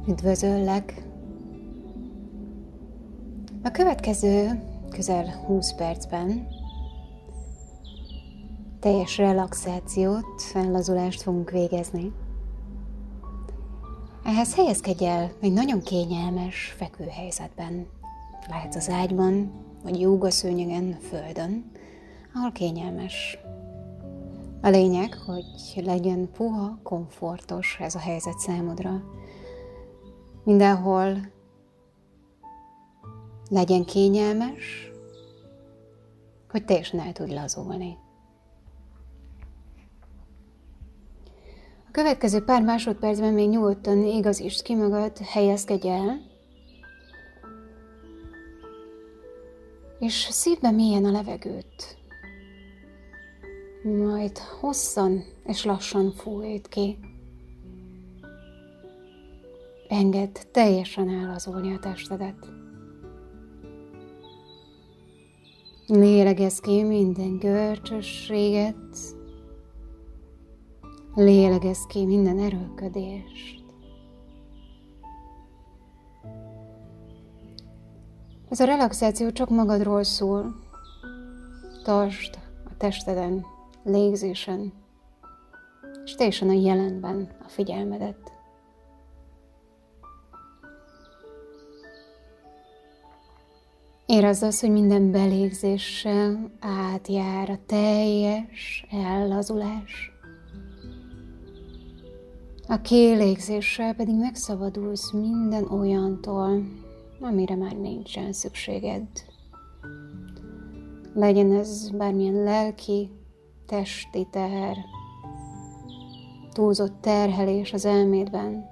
Üdvözöllek! A következő közel 20 percben teljes relaxációt, fellazulást fogunk végezni. Ehhez helyezkedj el egy nagyon kényelmes fekvőhelyzetben. Lehetsz az ágyban, vagy jógaszőnyegen, a földön, ahol kényelmes. A lényeg, hogy legyen puha, komfortos ez a helyzet számodra. Mindenhol legyen kényelmes, hogy teljesen el tudj lazulni. A következő pár másodpercben még nyugodtan igazítsd ki magad, helyezkedj el, és szívd be mélyen a levegőt. Majd hosszan és lassan fújjd ki. Engedd teljesen ellazulni a testedet. Lélegezz ki minden görcsösséget. Lélegezz ki minden erőlködést. Ez a relaxáció csak magadról szól. Tartsd a testeden, légzésen, és teljesen a jelenben a figyelmedet. Érezd azt, hogy minden belégzéssel átjár a teljes ellazulás. A kilégzéssel pedig megszabadulsz minden olyantól, amire már nincsen szükséged. Legyen ez bármilyen lelki, testi teher, túlzott terhelés az elmédben,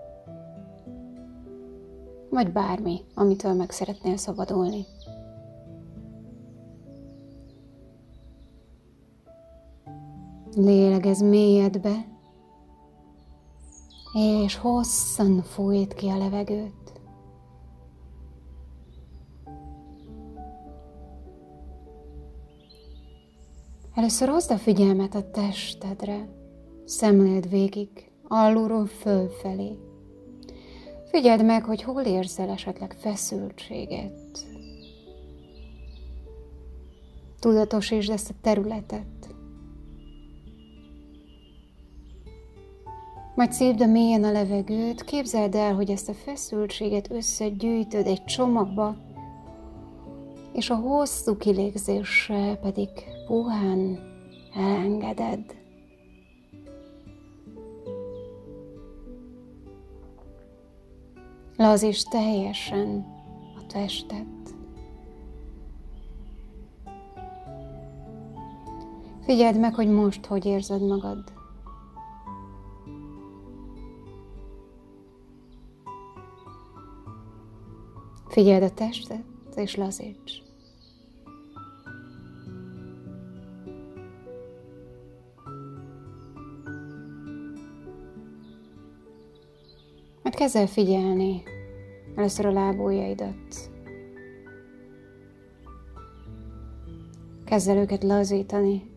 vagy bármi, amitől meg szeretnél szabadulni. Lélegezz mélyedbe, és hosszan fújjd ki a levegőt. Először hozd a figyelmet a testedre, szemléld végig, alulról fölfelé. Figyeld meg, hogy hol érzel esetleg feszültséget. Tudatosítsd ezt a területet. Majd szívd mélyen a levegőt, képzeld el, hogy ezt a feszültséget összegyűjtöd egy csomagba, és a hosszú kilégzéssel pedig puhán elengeded. Lazítsd teljesen a testet. Figyeld meg, hogy most hogy érzed magad. Figyeld a testet, és lazíts. Majd kezd el figyelni először a lábujjaidat. Kezd el őket lazítani.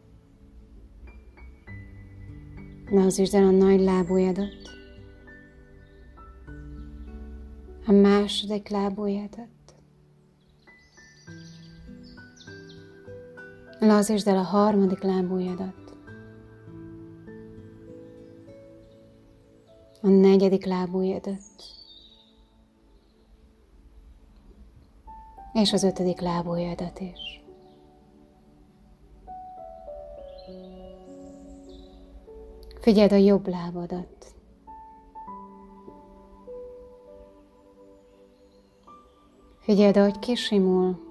Lazítsd el a nagy lábujjadat. A második lábujjadat. Lazítsd el a harmadik lábujjadat. A negyedik lábujjadat. És az ötödik lábujjadat is. Figyeld a jobb lábadat. Figyeld, ahogy kisimul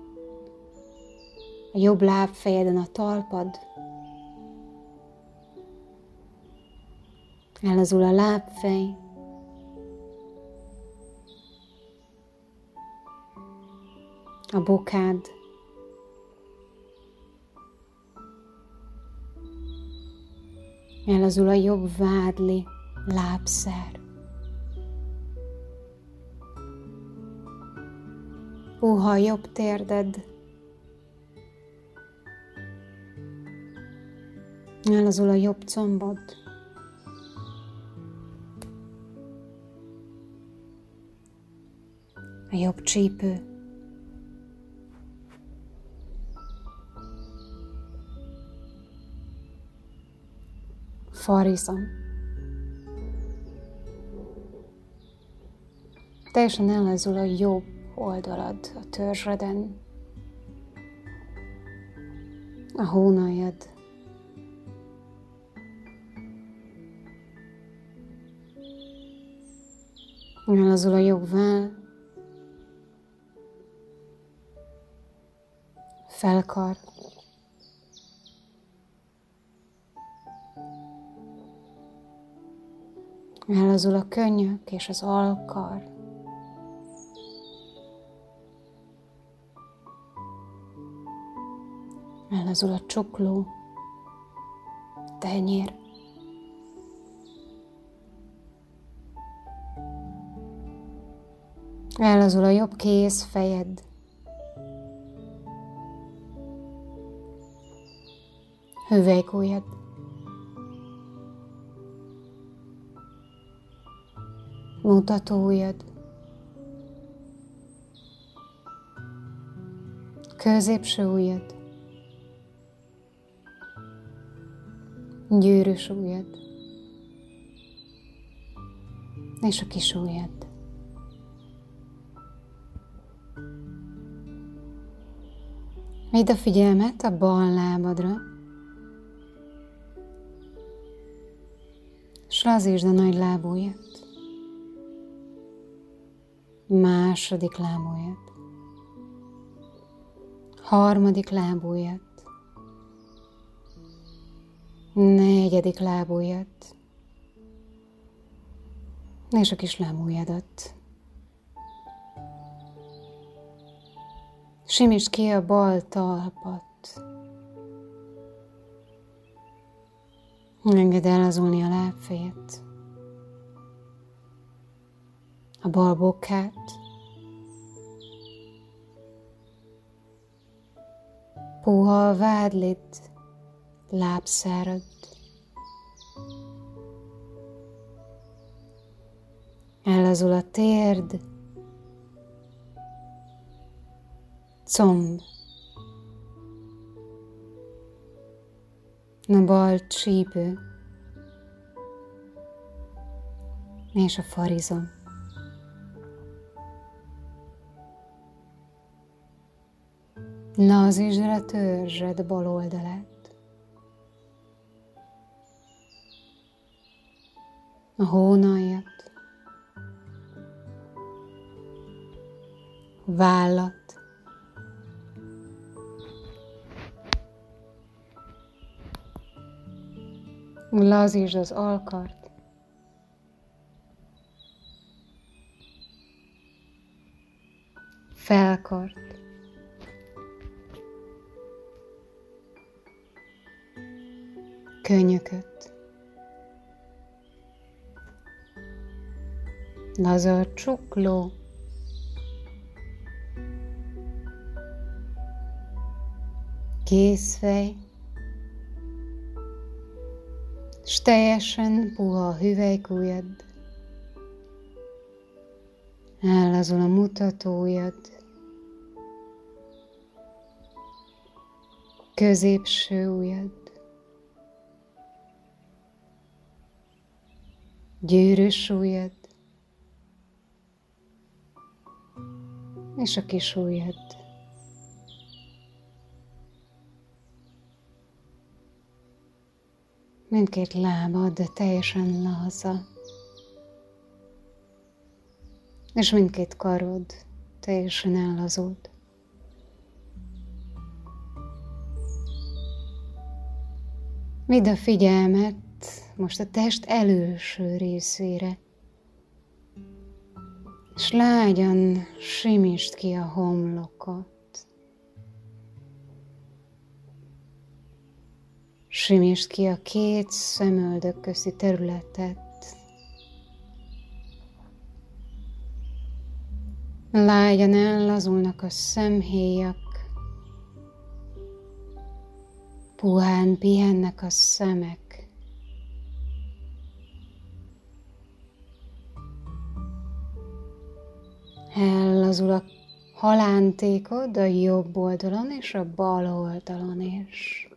a jobb lábfejeden a talpad. Ellazul a lábfej. A bokád. Ellazul a jobb vádli lábszár. Puha a jobb térded. Ellazul a jobb combod. jobb csípő, farizom. Teljesen ellazul a jobb oldalad a törzsreden, a hónaljad, ellazul a jobb váll, felkar, ellazul a könnyök és az alkar, ellazul a csukló, tenyér, ellazul a jobb kéz, fejed, hüvelykujjad, mutatóujjad, középső ujjad, gyűrűs ujjad, és a kis ujjad. Vidd a figyelmet a bal lábadra, és lazítsd a nagy lábujjat, második lábujjat, harmadik lábujjat, negyedik lábujjat, és a kis lábujjadat. Simítsd ki a bal talpat. Engedd ellazulni a lábfejet, a bal bokkát, puha a vádlid, lábszárad, ellazul a térd, comb, a bal csípő és a farizom. Lazítsd el a törzsed bal oldalát, a hónaljat, vállat, lazítsd az alkart, felkart, könnyököt, laza a csukló, kézfej, s teljesen puha a hüvelykujjad, ellazul a mutatóujjad, középső ujjad, gyűrűs ujjad, és a kis ujjad. Mindkét lábad teljesen laza, és mindkét karod teljesen ellazult. Vidd a figyelmet most a test előső részére, és lágyan simítsd ki a homlokot. Simítsd ki a két szemöldök közti területet. Lágyan ellazulnak a szemhéjak, puhán pihennek a szemek. Ellazul a halántékod a jobb oldalon és a bal oldalon is.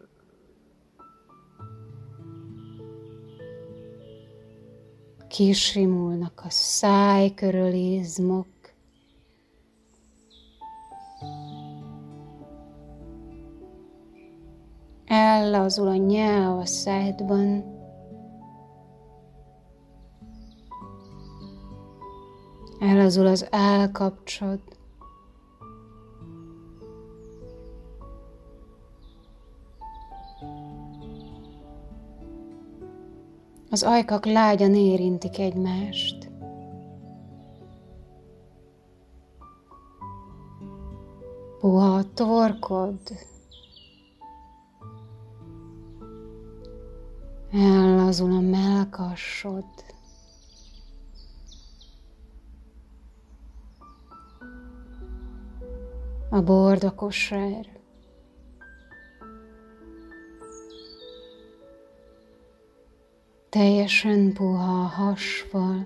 Kisimulnak a száj körüli izmok. Ellazul a nyelv a szájdban. Ellazul az állkapcsod. Az ajkak lágyan érintik egymást. Puha a torkod. Ellazul a mellkassod. A bordakosár. Teljesen puha a hasfal.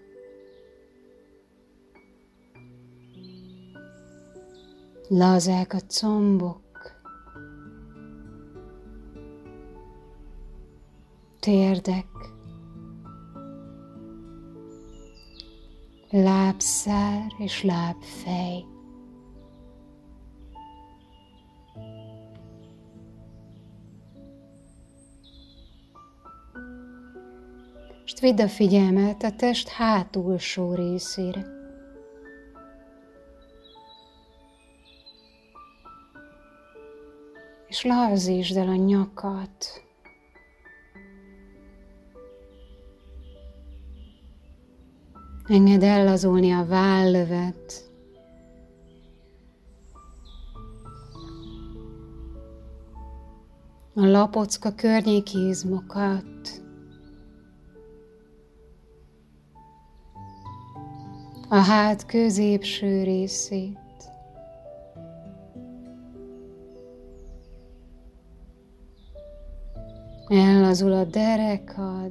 Lazák a combok. Térdek. Lábszár és lábfej. Most vidd a figyelmet a test hátulsó részére. És lazítsd el a nyakat. Engedd ellazulni a vállövet. A lapocka környéki izmokat. A hát középső részét. Ellazul a derekad.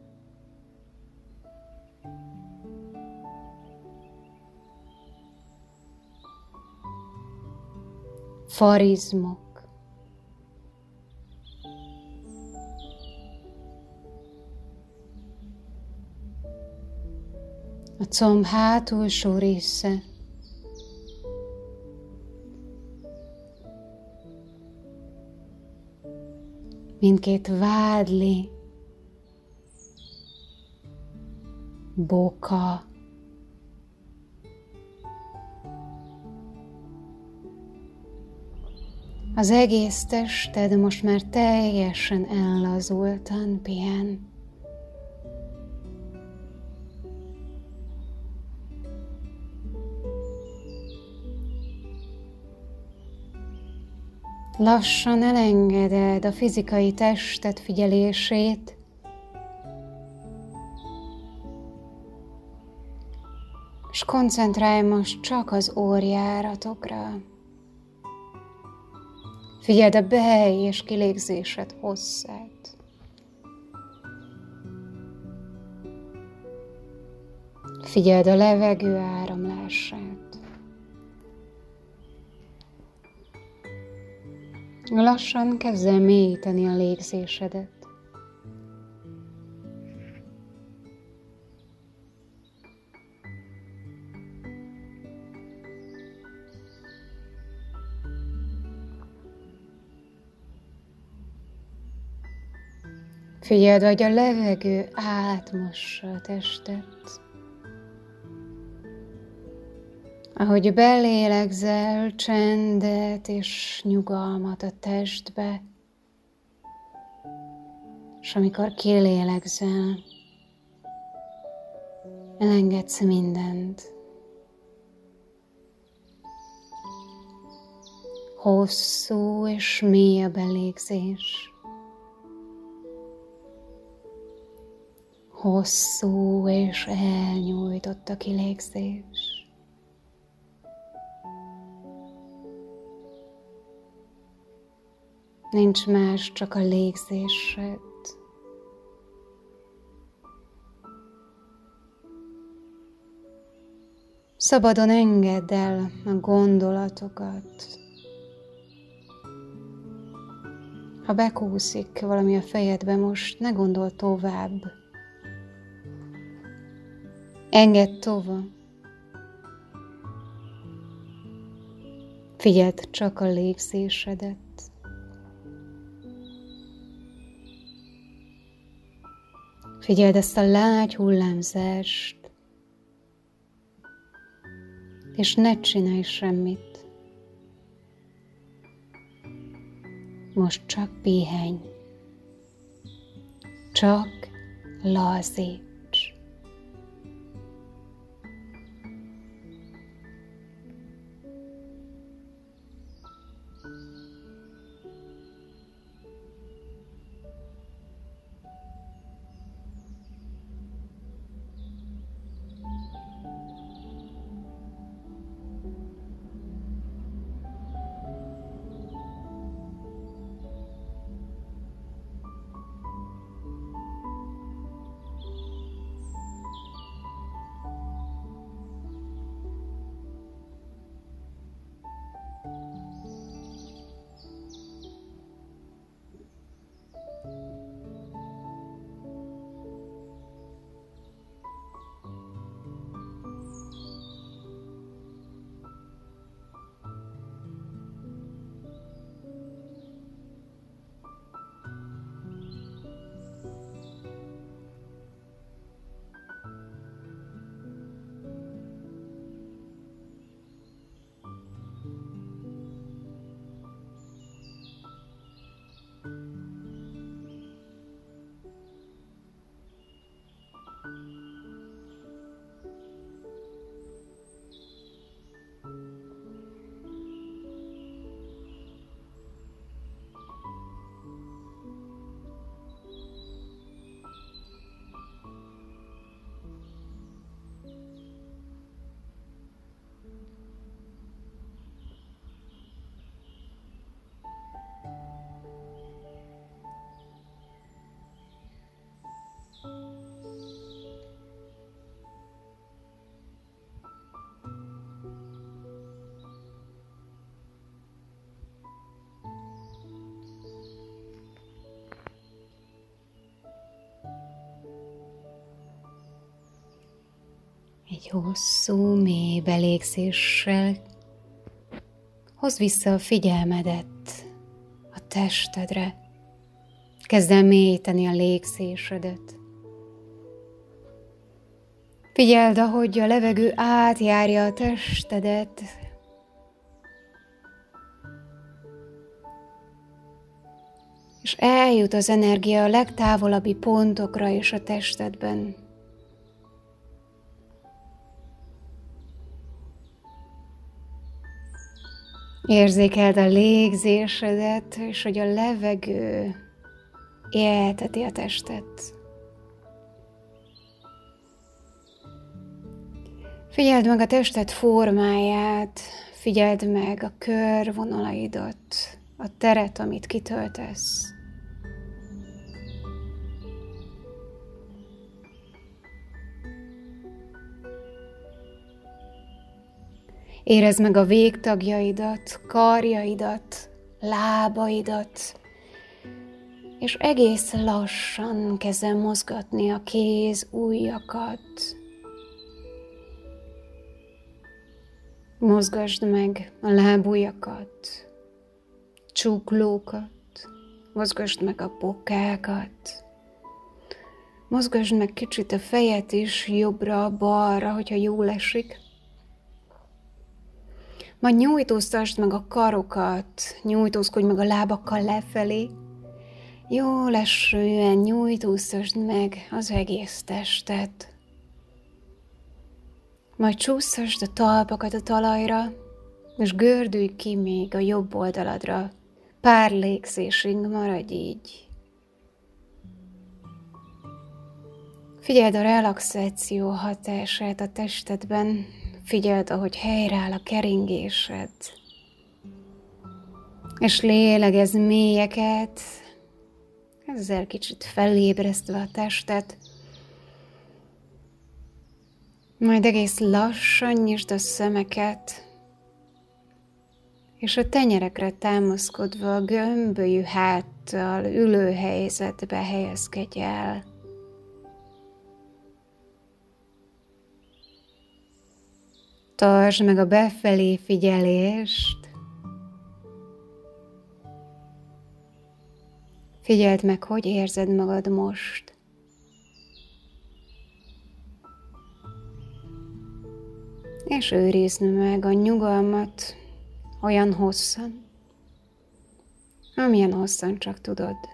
Farizmok. A comb hátulsó része. Mindkét vádli. Boka. Az egész tested most már teljesen ellazultan pihen. Lassan elengeded a fizikai tested figyelését, és koncentrálj most csak az orrjáratokra. Figyeld a be- és kilégzésed hosszát. Figyeld a levegő áramlását. Lassan kezd el mélyíteni a légzésedet. Figyeld, hogy a levegő átmossa a testet. Ahogy belélegzel csendet és nyugalmat a testbe, és amikor kilélegzel, elengedsz mindent. Hosszú és mély a belégzés. Hosszú és elnyújtott a kilégzés. Nincs más, csak a légzésed. Szabadon engedd el a gondolatokat. Ha bekúszik valami a fejedbe, most ne gondold tovább. Engedd tovább. Figyeld csak a légzésedet. Figyeld ezt a lágy hullámzást, és ne csinálj semmit. Most csak pihenj. Csak lazíts. Egy hosszú, mély belégzéssel hozd vissza a figyelmedet a testedre. Kezd el mélyíteni a légzésedet. Figyeld, ahogy a levegő átjárja a testedet, és eljut az energia a legtávolabbi pontokra is a testedben. Érzékeld a légzésedet, és hogy a levegő élteti a testet. Figyeld meg a tested formáját, figyeld meg a körvonalaidat, a teret, amit kitöltesz. Érezd meg a végtagjaidat, karjaidat, lábaidat, és egész lassan kezd el mozgatni a kéz, ujjakat. Mozgasd meg a lábujjakat, csuklókat, mozgasd meg a bokákat, mozgasd meg kicsit a fejet is jobbra-balra, hogyha jól esik. Majd nyújtóztasd meg a karokat, nyújtózkodj meg a lábakkal lefelé. Jól esően nyújtóztasd meg az egész testet. Majd csúsztasd a talpakat a talajra, és gördülj ki még a jobb oldaladra. Pár légzésig maradj így. Figyeld a relaxáció hatását a testedben, figyeld, ahogy helyreáll a keringésed, és lélegezz mélyeket, ezzel kicsit felébresztve a testet. Majd egész lassan nyisd a szemeket, és a tenyerekre támaszkodva a gömbölyű háttal ülő helyzetbe helyezkedj el. Tartsd meg a befelé figyelést. Figyeld meg, hogy érzed magad most. És őrizd meg a nyugalmat olyan hosszan, amilyen hosszan csak tudod.